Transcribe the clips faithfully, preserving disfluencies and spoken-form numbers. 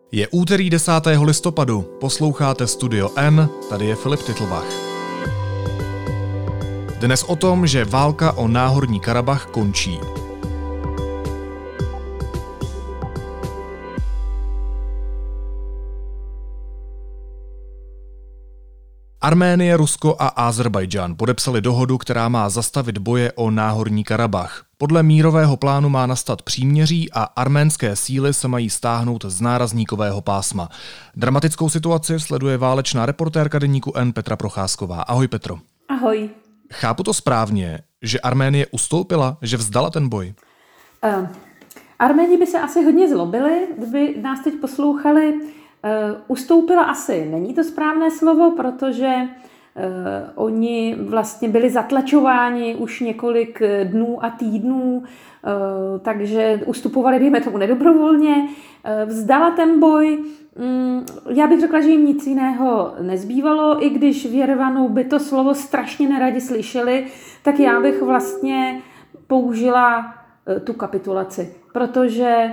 Je úterý desátého listopadu, posloucháte Studio N, tady je Filip Titlbach. Dnes o tom, že válka o Náhorní Karabach končí. Arménie, Rusko a Ázerbájdžán podepsali dohodu, která má zastavit boje o Náhorní Karabach. Podle mírového plánu má nastat příměří a arménské síly se mají stáhnout z nárazníkového pásma. Dramatickou situaci sleduje válečná reportérka deníku N Petra Procházková. Ahoj Petro. Ahoj. Chápu to správně, že Arménie ustoupila, že vzdala ten boj? Uh, Arméni by se asi hodně zlobili, kdyby nás teď poslouchali. Uh, ustoupila asi není to správné slovo, protože uh, oni vlastně byli zatlačováni už několik dnů a týdnů, uh, takže ustupovali, dejme tomu, nedobrovolně. Uh, vzdala ten boj. Um, já bych řekla, že jim nic jiného nezbývalo, i když v Jerevanu by to slovo strašně neradi slyšeli, tak já bych vlastně použila uh, tu kapitulaci, protože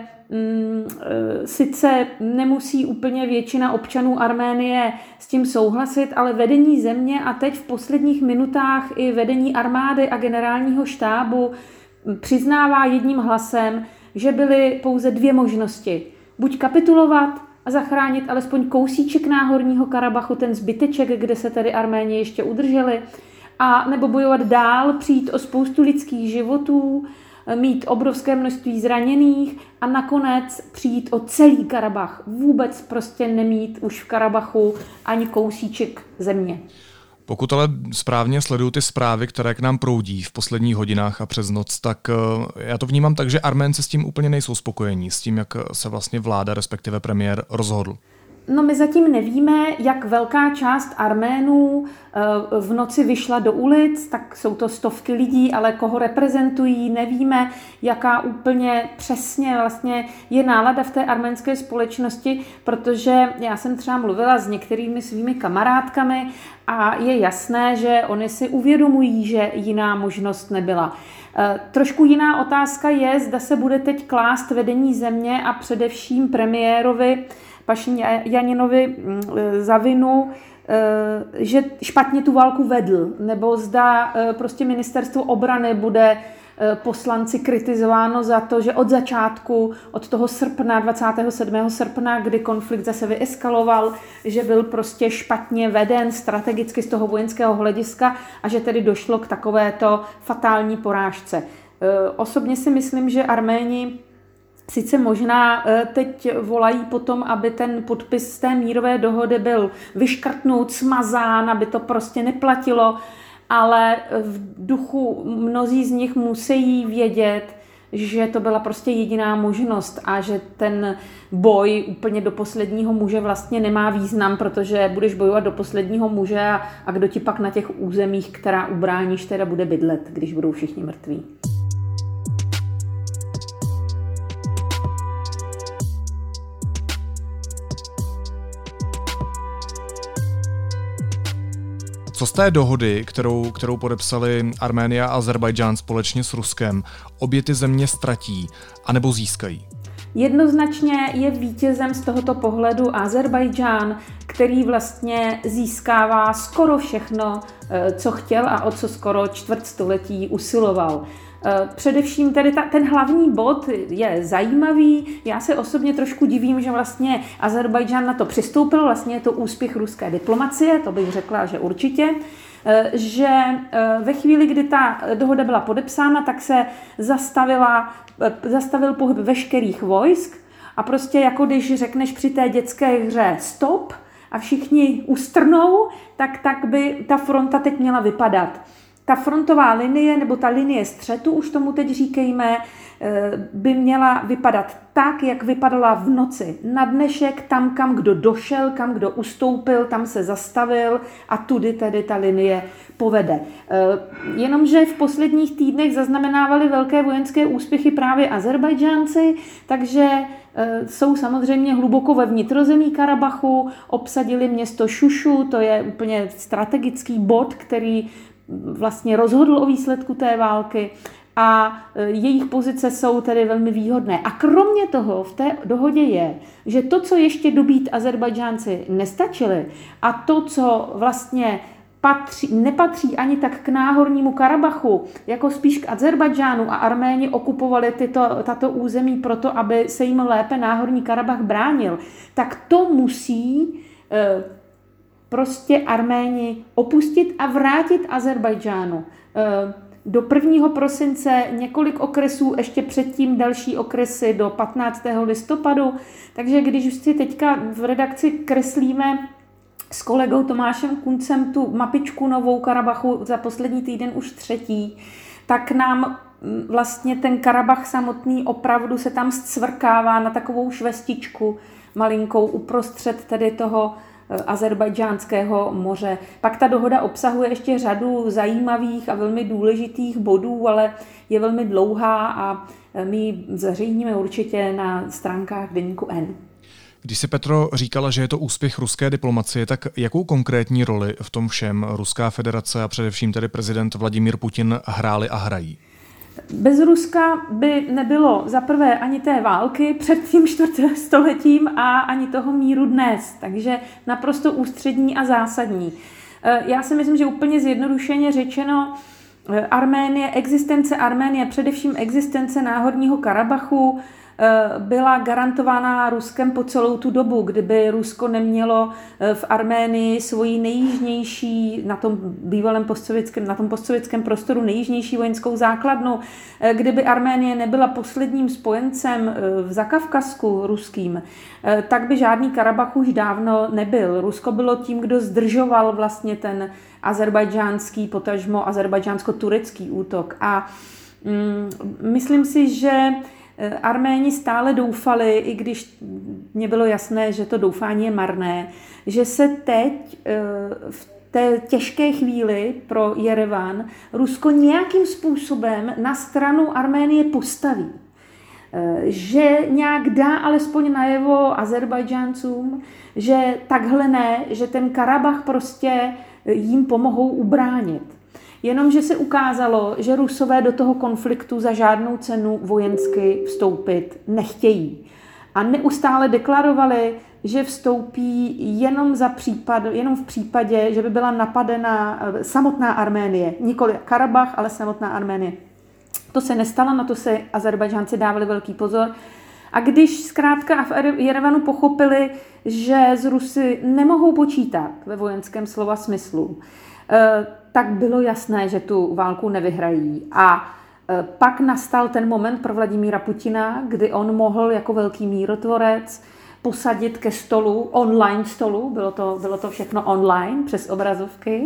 sice nemusí úplně většina občanů Arménie s tím souhlasit, ale vedení země a teď v posledních minutách i vedení armády a generálního štábu přiznává jedním hlasem, že byly pouze dvě možnosti. Buď kapitulovat a zachránit alespoň kousíček Náhorního Karabachu, ten zbyteček, kde se tedy Arméni ještě udrželi, a nebo bojovat dál, přijít o spoustu lidských životů, mít obrovské množství zraněných a nakonec přijít o celý Karabach. Vůbec prostě nemít už v Karabachu ani kousíček země. Pokud ale správně sleduju ty zprávy, které k nám proudí v posledních hodinách a přes noc, tak já to vnímám tak, že Arménci s tím úplně nejsou spokojení, s tím, jak se vlastně vláda, respektive premiér, rozhodl. No, my zatím nevíme, jak velká část Arménů v noci vyšla do ulic, tak jsou to stovky lidí, ale koho reprezentují, nevíme, jaká úplně přesně vlastně je nálada v té arménské společnosti, protože já jsem třeba mluvila s některými svými kamarádkami a je jasné, že oni si uvědomují, že jiná možnost nebyla. Trošku jiná otázka je, zda se bude teď klást vedení země a především premiérovi Pašin Janinovi za vinu, že špatně tu válku vedl, nebo zda prostě ministerstvo obrany bude poslanci kritizováno za to, že od začátku, od toho srpna, dvacátého sedmého srpna, kdy konflikt zase vyeskaloval, že byl prostě špatně veden strategicky z toho vojenského hlediska a že tedy došlo k takovéto fatální porážce. Osobně si myslím, že Arméni sice možná teď volají potom, aby ten podpis z té mírové dohody byl vyškrtnut, smazán, aby to prostě neplatilo, ale v duchu mnozí z nich musí vědět, že to byla prostě jediná možnost a že ten boj úplně do posledního muže vlastně nemá význam, protože budeš bojovat do posledního muže a, a kdo ti pak na těch územích, která ubráníš, teda bude bydlet, když budou všichni mrtví. Co z té dohody, kterou, kterou podepsali Arménie a Ázerbájdžán společně s Ruskem, obě ty země ztratí anebo získají? Jednoznačně je vítězem z tohoto pohledu Ázerbájdžán, který vlastně získává skoro všechno, co chtěl a o co skoro čtvrt století usiloval. Především tedy ta, ten hlavní bod je zajímavý. Já se osobně trošku divím, že vlastně Ázerbájdžán na to přistoupil. Vlastně je to úspěch ruské diplomacie, to bych řekla, že určitě. Že ve chvíli, kdy ta dohoda byla podepsána, tak se zastavila, zastavil pohyb veškerých vojsk a prostě jako když řekneš při té dětské hře stop a všichni ustrnou, tak, tak by ta fronta teď měla vypadat. Ta frontová linie, nebo ta linie střetu, už tomu teď říkejme, by měla vypadat tak, jak vypadala v noci na dnešek, tam, kam kdo došel, kam kdo ustoupil, tam se zastavil a tudy tedy ta linie povede. Jenomže v posledních týdnech zaznamenávali velké vojenské úspěchy právě Ázerbájdžánci, takže jsou samozřejmě hluboko ve vnitrozemí Karabachu, obsadili město Šušu, to je úplně strategický bod, který vlastně rozhodl o výsledku té války. a jejich pozice jsou tedy velmi výhodné. A kromě toho v té dohodě je, že to, co ještě dobít Azerbajdžánci nestačili a to, co vlastně patří, nepatří ani tak k Náhornímu Karabachu, jako spíš k Azerbajdžánu, a Arméni okupovali tyto, tato území proto, aby se jim lépe Náhorní Karabach bránil, tak to musí e, prostě Arméni opustit a vrátit Azerbajdžánu. E, do prvního prosince několik okresů, ještě předtím další okresy do patnáctého listopadu. Takže když si teďka v redakci kreslíme s kolegou Tomášem Kuncem tu mapičku novou Karabachu za poslední týden už třetí, tak nám vlastně ten Karabach samotný opravdu se tam zcvrkává na takovou švestičku malinkou uprostřed tedy toho Azerbajdžánského moře. Pak ta dohoda obsahuje ještě řadu zajímavých a velmi důležitých bodů, ale je velmi dlouhá a my ji zveřejníme určitě na stránkách deníku N. Když si, Petro, říkala, že je to úspěch ruské diplomacie, tak jakou konkrétní roli v tom všem Ruská federace a především tedy prezident Vladimír Putin hráli a hrají? Bez Ruska by nebylo za prvé ani té války před tím čtvrtým stoletím a ani toho míru dnes. Takže naprosto ústřední a zásadní. Já si myslím, že úplně zjednodušeně řečeno, Arménie, existence Arménie, především existence Náhorního Karabachu, byla garantována Ruskem po celou tu dobu. Kdyby Rusko nemělo v Arménii svoji nejjižnější, na tom bývalém postsovětském, na tom postsovětském prostoru nejjižnější vojenskou základnu, kdyby Arménie nebyla posledním spojencem v Zakavkazsku ruským, tak by žádný Karabach už dávno nebyl. Rusko bylo tím, kdo zdržoval vlastně ten azerbajdžánský, potažmo azerbajdžánsko-turecký útok. A mm, myslím si, že Arméni stále doufali, i když mně bylo jasné, že to doufání je marné, že se teď v té těžké chvíli pro Jerevan Rusko nějakým způsobem na stranu Arménie postaví. Že nějak dá alespoň najevo Azerbajdžáncům, že takhle ne, že ten Karabach prostě jim pomohou ubránit. Jenomže se ukázalo, že Rusové do toho konfliktu za žádnou cenu vojensky vstoupit nechtějí. A neustále deklarovali, že vstoupí jenom, za případ, jenom v případě, že by byla napadena samotná Arménie. Nikoli Karabach, ale samotná Arménie. To se nestalo, na to se Azerbajdžánci dávali velký pozor. A když zkrátka v Jerevanu pochopili, že z Rusy nemohou počítat ve vojenském slova smyslu, tak bylo jasné, že tu válku nevyhrají. A pak nastal ten moment pro Vladimíra Putina, kdy on mohl jako velký mírotvorec posadit ke stolu, online stolu, bylo to, bylo to všechno online přes obrazovky,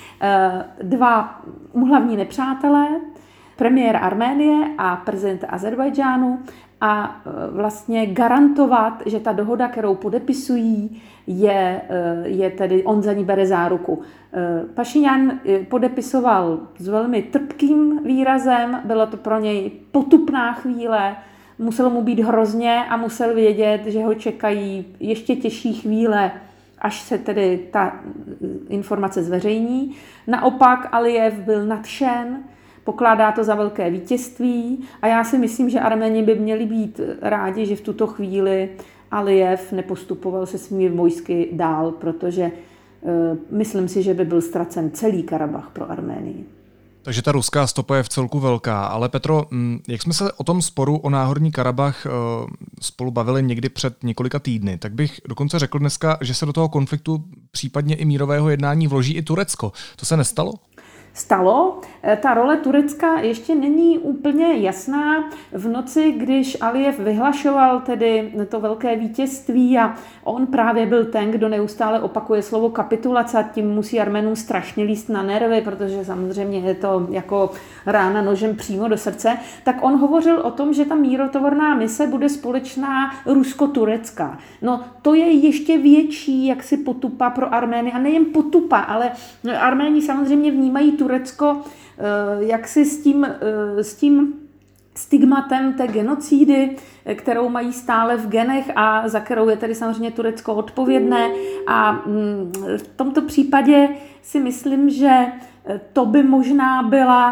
dva hlavní nepřátelé, premiér Arménie a prezident Azerbajdžánu, a vlastně garantovat, že ta dohoda, kterou podepisují, je, je tedy, on za ní bere záruku. Pašinjan podepisoval s velmi trpkým výrazem, bylo to pro něj potupná chvíle, muselo mu být hrozně a musel vědět, že ho čekají ještě těžší chvíle, až se tedy ta informace zveřejní. Naopak Alijev byl nadšen, pokládá to za velké vítězství a já si myslím, že Arméni by měli být rádi, že v tuto chvíli Alijev nepostupoval se svými vojsky dál, protože uh, myslím si, že by byl ztracen celý Karabach pro Arménii. Takže ta ruská stopa je v celku velká. Ale Petro, jak jsme se o tom sporu o Náhorní Karabach spolu bavili někdy před několika týdny, tak bych dokonce řekl dneska, že se do toho konfliktu případně i mírového jednání vloží i Turecko. To se nestalo? Stalo. Ta role Turecka ještě není úplně jasná. V noci, když Alijev vyhlašoval tedy to velké vítězství a on právě byl ten, kdo neustále opakuje slovo kapitulace a tím musí Arménům strašně líst na nervy, protože samozřejmě je to jako rána nožem přímo do srdce, tak on hovořil o tom, že ta mírotvorná mise bude společná rusko-turecká. No to je ještě větší jaksi potupa pro Armény a nejen potupa, ale Arméni samozřejmě vnímají Turecko jaksi s tím, s tím stigmatem té genocídy, kterou mají stále v genech a za kterou je tedy samozřejmě Turecko odpovědné. A v tomto případě si myslím, že to by možná byla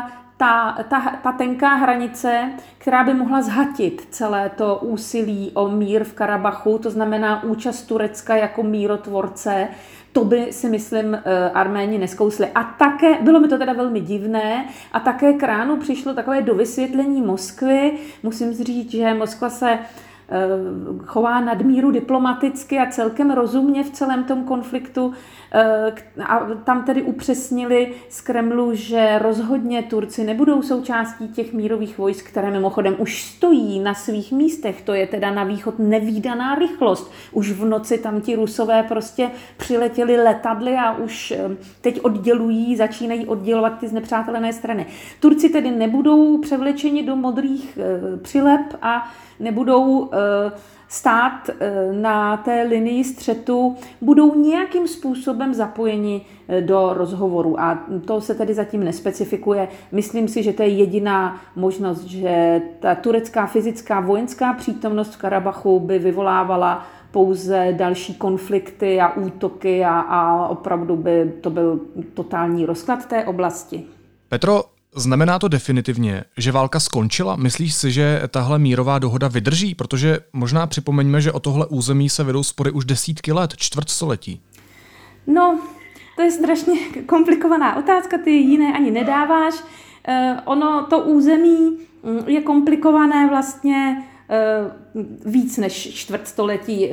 ta, ta, ta tenká hranice, která by mohla zhatit celé to úsilí o mír v Karabachu, to znamená účast Turecka jako mírotvorce, to by si myslím Arméni neskousli. A také, bylo mi to teda velmi divné, a také k ránu přišlo takové dovysvětlení Moskvy. Musím říct, že Moskva se chová nadmíru diplomaticky a celkem rozumně v celém tom konfliktu. A tam tedy upřesnili z Kremlu, že rozhodně Turci nebudou součástí těch mírových vojsk, které mimochodem už stojí na svých místech. To je teda na východ nevídaná rychlost. Už v noci tam ti Rusové prostě přiletěli letadly a už teď oddělují, začínají oddělovat ty znepřátelené strany. Turci tedy nebudou převlečeni do modrých přileb a nebudou stát na té linii střetu, budou nějakým způsobem zapojeni do rozhovoru. A to se tedy zatím nespecifikuje. Myslím si, že to je jediná možnost, že ta turecká fyzická vojenská přítomnost v Karabachu by vyvolávala pouze další konflikty a útoky a, a opravdu by to byl totální rozklad té oblasti. Petro, znamená to definitivně, že válka skončila? Myslíš si, že tahle mírová dohoda vydrží? Protože možná připomeňme, že o tohle území se vedou spory už desítky let, čtvrtstoletí. No, to je strašně komplikovaná otázka, ty jiné ani nedáváš. Eh, ono, to území je komplikované vlastně víc než čtvrtstoletí.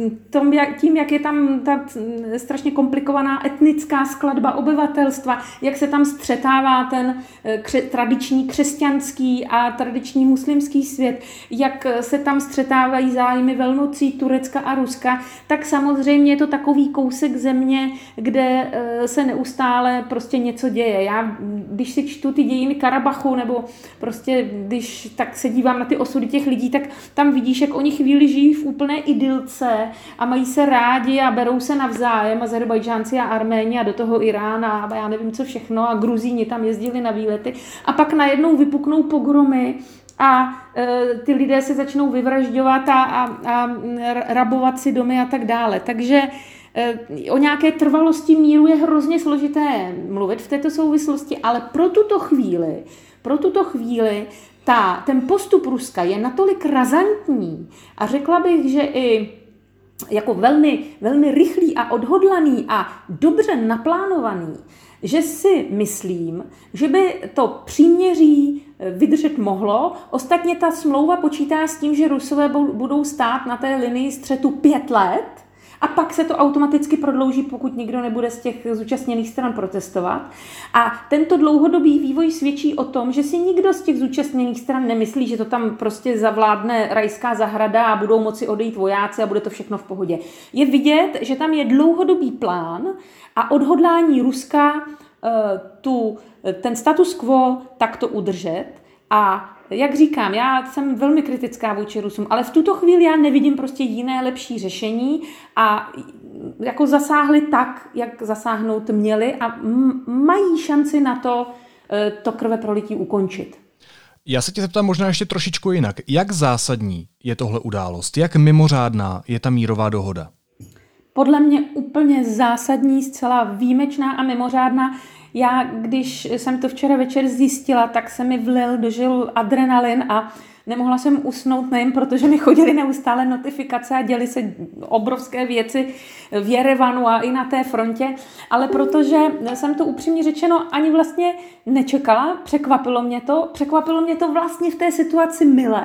Tím, jak je tam ta strašně komplikovaná etnická skladba obyvatelstva, jak se tam střetává ten kře- tradiční křesťanský a tradiční muslimský svět, jak se tam střetávají zájmy velmocí Turecka a Ruska, tak samozřejmě je to takový kousek země, kde se neustále prostě něco děje. Já, když si čtu ty dějiny Karabachu, nebo prostě když tak se dívám na ty osudy těch lidí, tak tam vidíš, jak oni chvíli žijí v úplné idylce a mají se rádi a berou se navzájem, Azerbajdžánci a Arméni a do toho Irán a já nevím co všechno a Gruzíni tam jezdili na výlety a pak najednou vypuknou pogromy a e, ty lidé se začnou vyvražďovat a, a, a rabovat si domy a tak dále. Takže e, o nějaké trvalosti míru je hrozně složité mluvit v této souvislosti, ale pro tuto chvíli, pro tuto chvíli Ta, ten postup Ruska je natolik razantní a řekla bych, že i jako velmi, velmi rychlý a odhodlaný a dobře naplánovaný, že si myslím, že by to příměří vydržet mohlo. Ostatně ta smlouva počítá s tím, že Rusové budou stát na té linii střetu pět let, a pak se to automaticky prodlouží, pokud nikdo nebude z těch zúčastněných stran protestovat. A tento dlouhodobý vývoj svědčí o tom, že si nikdo z těch zúčastněných stran nemyslí, že to tam prostě zavládne rajská zahrada a budou moci odejít vojáci a bude to všechno v pohodě. Je vidět, že tam je dlouhodobý plán a odhodlání Ruska tu, ten status quo takto udržet. A jak říkám, já jsem velmi kritická vůči Rusům, ale v tuto chvíli já nevidím prostě jiné lepší řešení a jako zasáhli tak, jak zasáhnout měli a m- mají šanci na to, to krveprolití ukončit. Já se tě zeptám možná ještě trošičku jinak. Jak zásadní je tohle událost? Jak mimořádná je ta mírová dohoda? Podle mě úplně zásadní, zcela výjimečná a mimořádná. Já, když jsem to včera večer zjistila, tak se mi vlil do žil adrenalin a nemohla jsem usnout nejen, protože mi chodily neustále notifikace a děly se obrovské věci v Jerevanu a i na té frontě, ale protože jsem to upřímně řečeno ani vlastně nečekala, překvapilo mě to, překvapilo mě to vlastně v té situaci mile,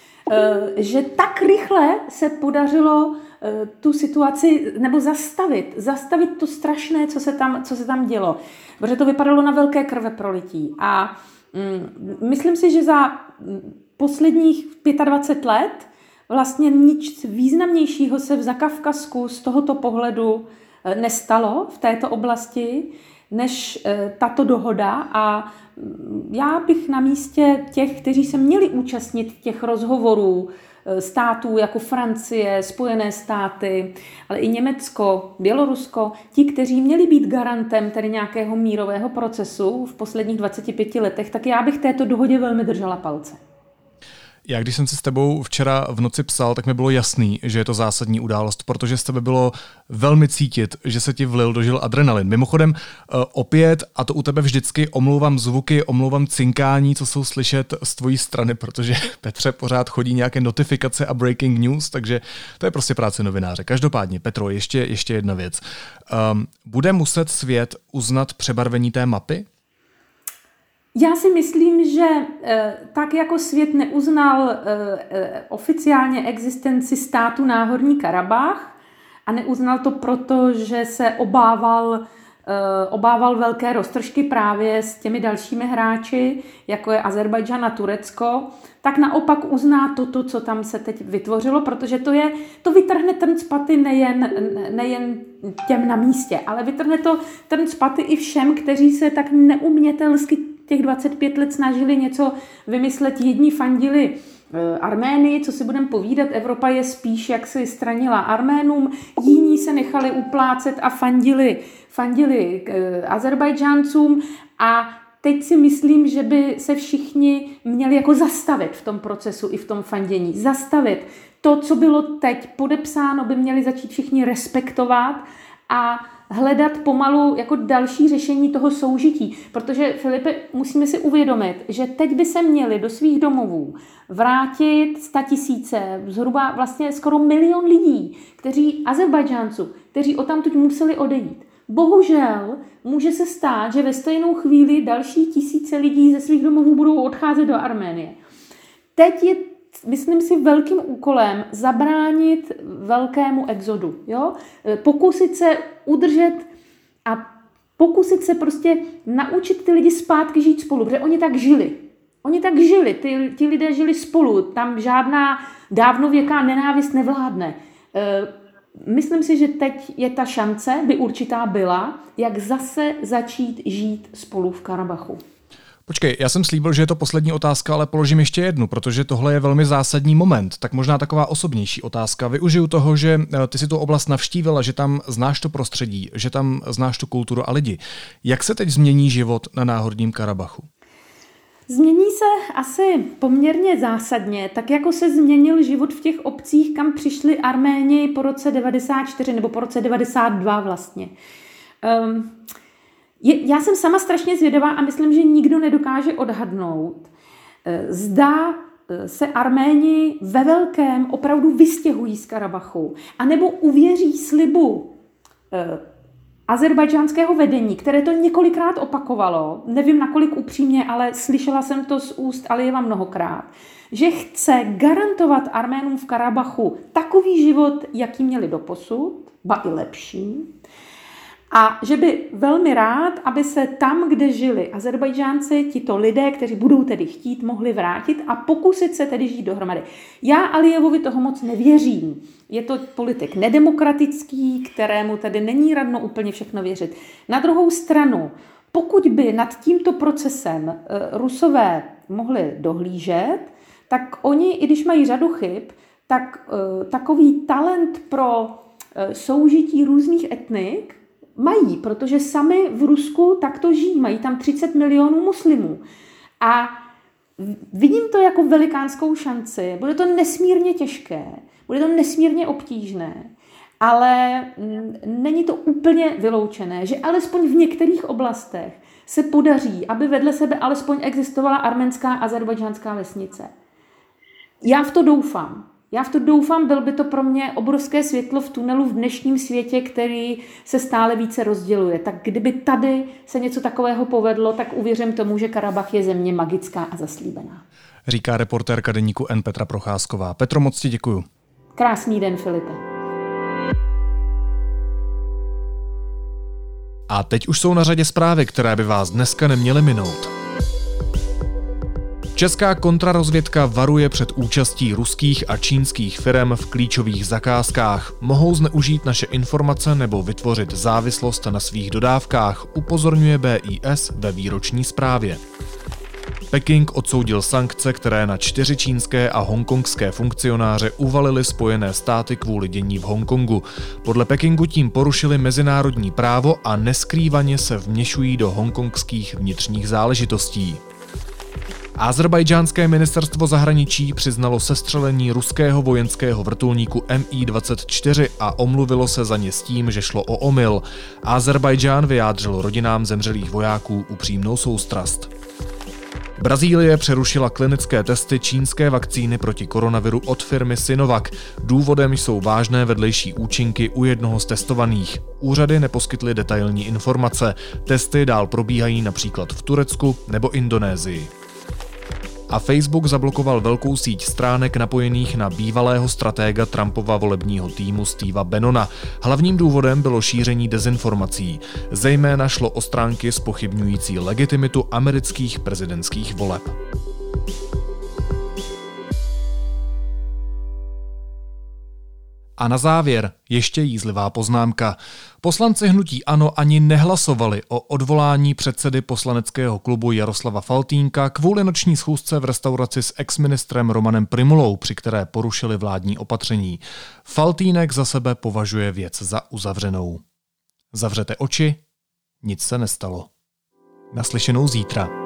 že tak rychle se podařilo tu situaci, nebo zastavit, zastavit to strašné, co se tam, co se tam dělo. Protože to vypadalo na velké krveprolití. A mm, myslím si, že za posledních dvacet pět let vlastně nic významnějšího se v Zakavkazsku z tohoto pohledu nestalo v této oblasti, než tato dohoda. A já bych na místě těch, kteří se měli účastnit těch rozhovorů, států jako Francie, Spojené státy, ale i Německo, Bělorusko, ti, kteří měli být garantem tedy nějakého mírového procesu v posledních dvaceti pěti letech, tak já bych této dohodě velmi držela palce. Já když jsem si s tebou včera v noci psal, tak mi bylo jasný, že je to zásadní událost, protože z tebe bylo velmi cítit, že se ti vlil do žil adrenalin. Mimochodem opět, a to u tebe vždycky, omlouvám zvuky, omlouvám cinkání, co jsou slyšet z tvojí strany, protože Petře pořád chodí nějaké notifikace a breaking news, takže to je prostě práce novináře. Každopádně, Petro, ještě, ještě jedna věc. Um, bude muset svět uznat přebarvení té mapy? Já si myslím, že tak jako svět neuznal oficiálně existenci státu Náhorní Karabach a neuznal to proto, že se obával, obával velké roztržky právě s těmi dalšími hráči, jako je Azerbajdžán a Turecko, tak naopak uzná toto, co tam se teď vytvořilo, protože to, je, to vytrhne trn z paty nejen, nejen těm na místě, ale vytrhne to trn z paty i všem, kteří se tak neumětelsky těch dvacet pět let snažili něco vymyslet. Jedni fandili Arménii, co si budeme povídat, Evropa je spíš jak si stranila Arménům, jiní se nechali uplácet a fandili, fandili Azerbajdžáncům a teď si myslím, že by se všichni měli jako zastavit v tom procesu i v tom fandění. Zastavit. To, co bylo teď podepsáno, by měli začít všichni respektovat a hledat pomalu jako další řešení toho soužití. Protože, Filipe, musíme si uvědomit, že teď by se měli do svých domovů vrátit statisíce, zhruba vlastně skoro milion lidí, kteří Azerbajdžánců, kteří odtamtud museli odejít. Bohužel může se stát, že ve stejnou chvíli další tisíce lidí ze svých domovů budou odcházet do Arménie. Teď je, myslím si, velkým úkolem zabránit velkému exodu. Jo? Pokusit se udržet a pokusit se prostě naučit ty lidi zpátky žít spolu, protože oni tak žili. Oni tak žili, ty, ti lidé žili spolu, tam žádná dávnověká nenávist nevládne. Myslím si, že teď je ta šance, by určitá byla, jak zase začít žít spolu v Karabachu. Počkej, já jsem slíbil, že je to poslední otázka, ale položím ještě jednu, protože tohle je velmi zásadní moment. Tak možná taková osobnější otázka. Využiju toho, že ty si tu oblast navštívila, že tam znáš to prostředí, že tam znáš tu kulturu a lidi. Jak se teď změní život na Náhorním Karabachu? Změní se asi poměrně zásadně, tak jako se změnil život v těch obcích, kam přišli Arméni po roce devadesát čtyři nebo po roce devadesát dva vlastně. Um, je, já jsem sama strašně zvědavá a myslím, že nikdo nedokáže odhadnout, zda se Arméni ve velkém opravdu vystěhují z Karabachu, anebo uvěří slibu uh, azerbajdžánského vedení, které to několikrát opakovalo, nevím nakolik upřímně, ale slyšela jsem to z úst Alijeva mnohokrát, že chce garantovat Arménům v Karabachu takový život, jaký měli doposud, ba i lepší, a že by velmi rád, aby se tam, kde žili Azerbajdžánci, tito lidé, kteří budou tedy chtít, mohli vrátit a pokusit se tedy žít dohromady. Já Alijevovi toho moc nevěřím. Je to politik nedemokratický, kterému tedy není radno úplně všechno věřit. Na druhou stranu, pokud by nad tímto procesem Rusové mohli dohlížet, tak oni, i když mají řadu chyb, tak takový talent pro soužití různých etnik mají, protože sami v Rusku takto žijí, mají tam třicet milionů muslimů. A vidím to jako velikánskou šanci. Bude to nesmírně těžké, bude to nesmírně obtížné, ale není to úplně vyloučené, že alespoň v některých oblastech se podaří, aby vedle sebe alespoň existovala arménská a azerbajdžánská vesnice. Já v to doufám. Já v to doufám, byl by to pro mě obrovské světlo v tunelu v dnešním světě, který se stále více rozděluje. Tak kdyby tady se něco takového povedlo, tak uvěřím tomu, že Karabach je země magická a zaslíbená. Říká reportérka deníku N Petra Procházková. Petro, moc ti děkuju. Krásný den, Filipe. A teď už jsou na řadě zprávy, které by vás dneska neměly minout. Česká kontrarozvědka varuje před účastí ruských a čínských firem v klíčových zakázkách. Mohou zneužít naše informace nebo vytvořit závislost na svých dodávkách, upozorňuje B I S ve výroční zprávě. Peking odsoudil sankce, které na čtyři čínské a hongkongské funkcionáře uvalily Spojené státy kvůli dění v Hongkongu. Podle Pekingu tím porušili mezinárodní právo a neskrývaně se vměšují do hongkongských vnitřních záležitostí. Ázerbájdžánské ministerstvo zahraničí přiznalo sestřelení ruského vojenského vrtulníku em í dvacet čtyři a omluvilo se za ně s tím, že šlo o omyl. Ázerbájdžán vyjádřil rodinám zemřelých vojáků upřímnou soustrast. Brazílie přerušila klinické testy čínské vakcíny proti koronaviru od firmy Sinovac. Důvodem jsou vážné vedlejší účinky u jednoho z testovaných. Úřady neposkytly detailní informace. Testy dál probíhají například v Turecku nebo Indonésii. A Facebook zablokoval velkou síť stránek napojených na bývalého stratéga Trumpova volebního týmu Steva Bannona. Hlavním důvodem bylo šíření dezinformací. Zejména šlo o stránky zpochybňující legitimitu amerických prezidentských voleb. A na závěr ještě jízlivá poznámka. Poslanci hnutí ANO ani nehlasovali o odvolání předsedy poslaneckého klubu Jaroslava Faltýnka kvůli noční schůzce v restauraci s exministrem Romanem Prymulou, při které porušili vládní opatření. Faltýnek za sebe považuje věc za uzavřenou. Zavřete oči, nic se nestalo. Naslyšenou zítra.